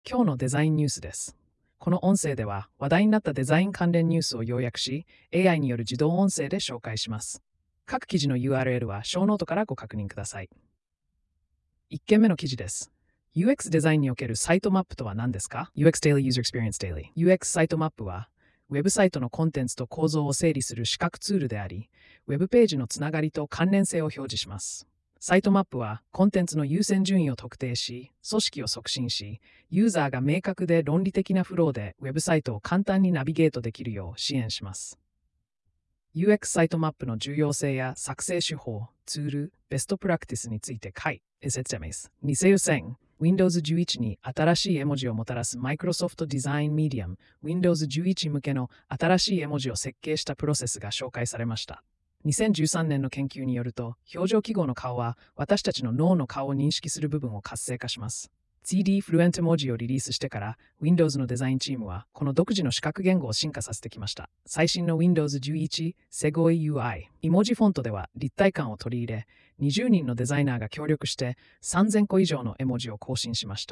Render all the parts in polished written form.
今日のデザインニュースです。この音声では話題になったデザイン関連ニュースを要約し、AI による自動音声で紹介します。各記事の URL はショーノートからご確認ください。1件目の記事です。UX デザインにおけるサイトマップとは何ですか？ UX Daily User Experience Daily UX サイトマップは、ウェブサイトのコンテンツと構造を整理する視覚ツールであり、ウェブページのつながりと関連性を表示します。サイトマップはコンテンツの優先順位を特定し、組織を促進し、ユーザーが明確で論理的なフローでウェブサイトを簡単にナビゲートできるよう支援します。UX サイトマップの重要性や作成手法、ツール、ベストプラクティスについて説明です。2000 Windows 11に新しい絵文字をもたらす Microsoft Design Medium Windows 11向けの新しい絵文字を設計したプロセスが紹介されました。2013年の研究によると、表情記号の顔は私たちの脳の顔を認識する部分を活性化します。CD フルエント文字をリリースしてから、Windows のデザインチームはこの独自の視覚言語を進化させてきました。最新の Windows 11 Segoi UI イモジフォントでは立体感を取り入れ、20人のデザイナーが協力して3000個以上の絵文字を更新しました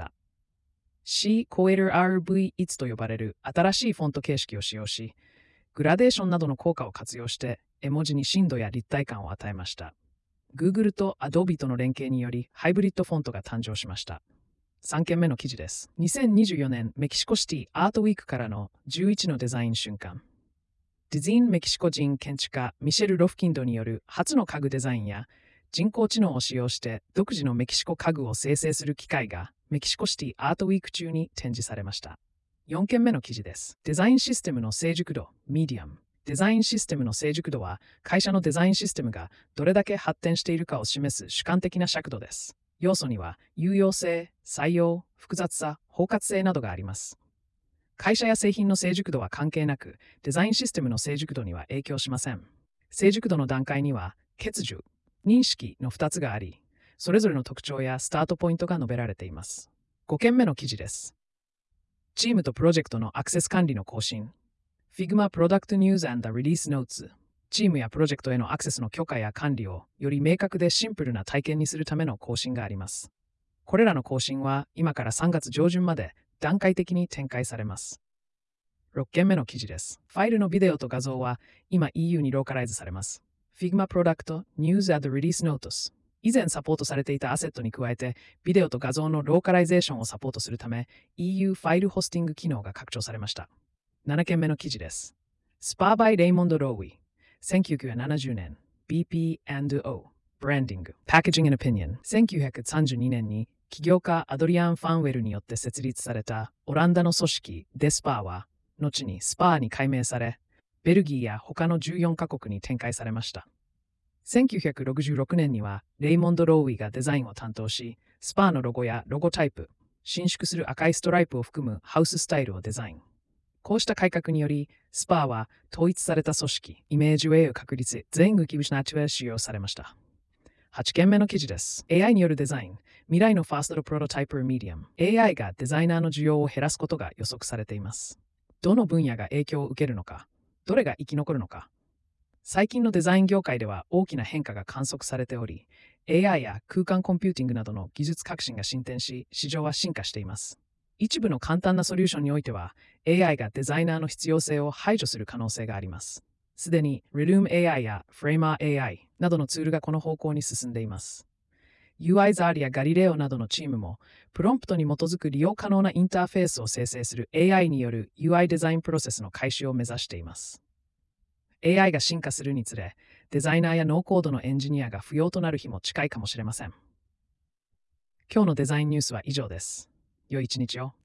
。C Coater RV1 と呼ばれる新しいフォント形式を使用し、グラデーションなどの効果を活用して絵文字に深度や立体感を与えました。Google と Adobe との連携によりハイブリッドフォントが誕生しました。3件目の記事です。2024年メキシコシティアートウィークからの11のデザイン瞬間。ディズインメキシコ人建築家ミシェル・ロフキンドによる初の家具デザインや人工知能を使用して独自のメキシコ家具を生成する機械がメキシコシティアートウィーク中に展示されました。4件目の記事です。デザインシステムの成熟度、ミディアム。デザインシステムの成熟度は、会社のデザインシステムがどれだけ発展しているかを示す主観的な尺度です。要素には、有用性、採用、複雑さ、包括性などがあります。会社や製品の成熟度は関係なく、デザインシステムの成熟度には影響しません。成熟度の段階には、欠如、認識の2つがあり、それぞれの特徴やスタートポイントが述べられています。5件目の記事です。チームとプロジェクトのアクセス管理の更新。Figma Product News and Release Notes。チームやプロジェクトへのアクセスの許可や管理をより明確でシンプルな体験にするための更新があります。これらの更新は今から3月上旬まで段階的に展開されます。6件目の記事です。ファイルのビデオと画像は今 EU にローカライズされます。Figma Product News and Release Notes。以前サポートされていたアセットに加えて、ビデオと画像のローカライゼーションをサポートするため、EU ファイルホスティング機能が拡張されました。7件目の記事です。SPA by Raymond Loewy。1970年、BP&O。ブランディング、Packaging and Opinion。1932年に起業家アドリアン・ファンウェルによって設立されたオランダの組織デスパーは、後にスパーに改名され、ベルギーや他の14カ国に展開されました。1966年にはレイモンド・ローウィがデザインを担当し、スパーのロゴやロゴタイプ、伸縮する赤いストライプを含むハウススタイルをデザイン。こうした改革により、スパーは統一された組織、イメージウェイを確立、全域失なち使用されました。8件目の記事です。AI によるデザイン、未来のファーストプロトタイプミディアム。AI がデザイナーの需要を減らすことが予測されています。どの分野が影響を受けるのか、どれが生き残るのか。最近のデザイン業界では大きな変化が観測されており、AI や空間コンピューティングなどの技術革新が進展し、市場は進化しています。一部の簡単なソリューションにおいては、AI がデザイナーの必要性を排除する可能性があります。すでに Relume AI や Framer AI などのツールがこの方向に進んでいます。UIZAR やガリレオなどのチームも、プロンプトに基づく利用可能なインターフェースを生成する AI による UI デザインプロセスの開始を目指しています。AI が進化するにつれ、デザイナーやノーコードのエンジニアが不要となる日も近いかもしれません。今日のデザインニュースは以上です。良い一日を。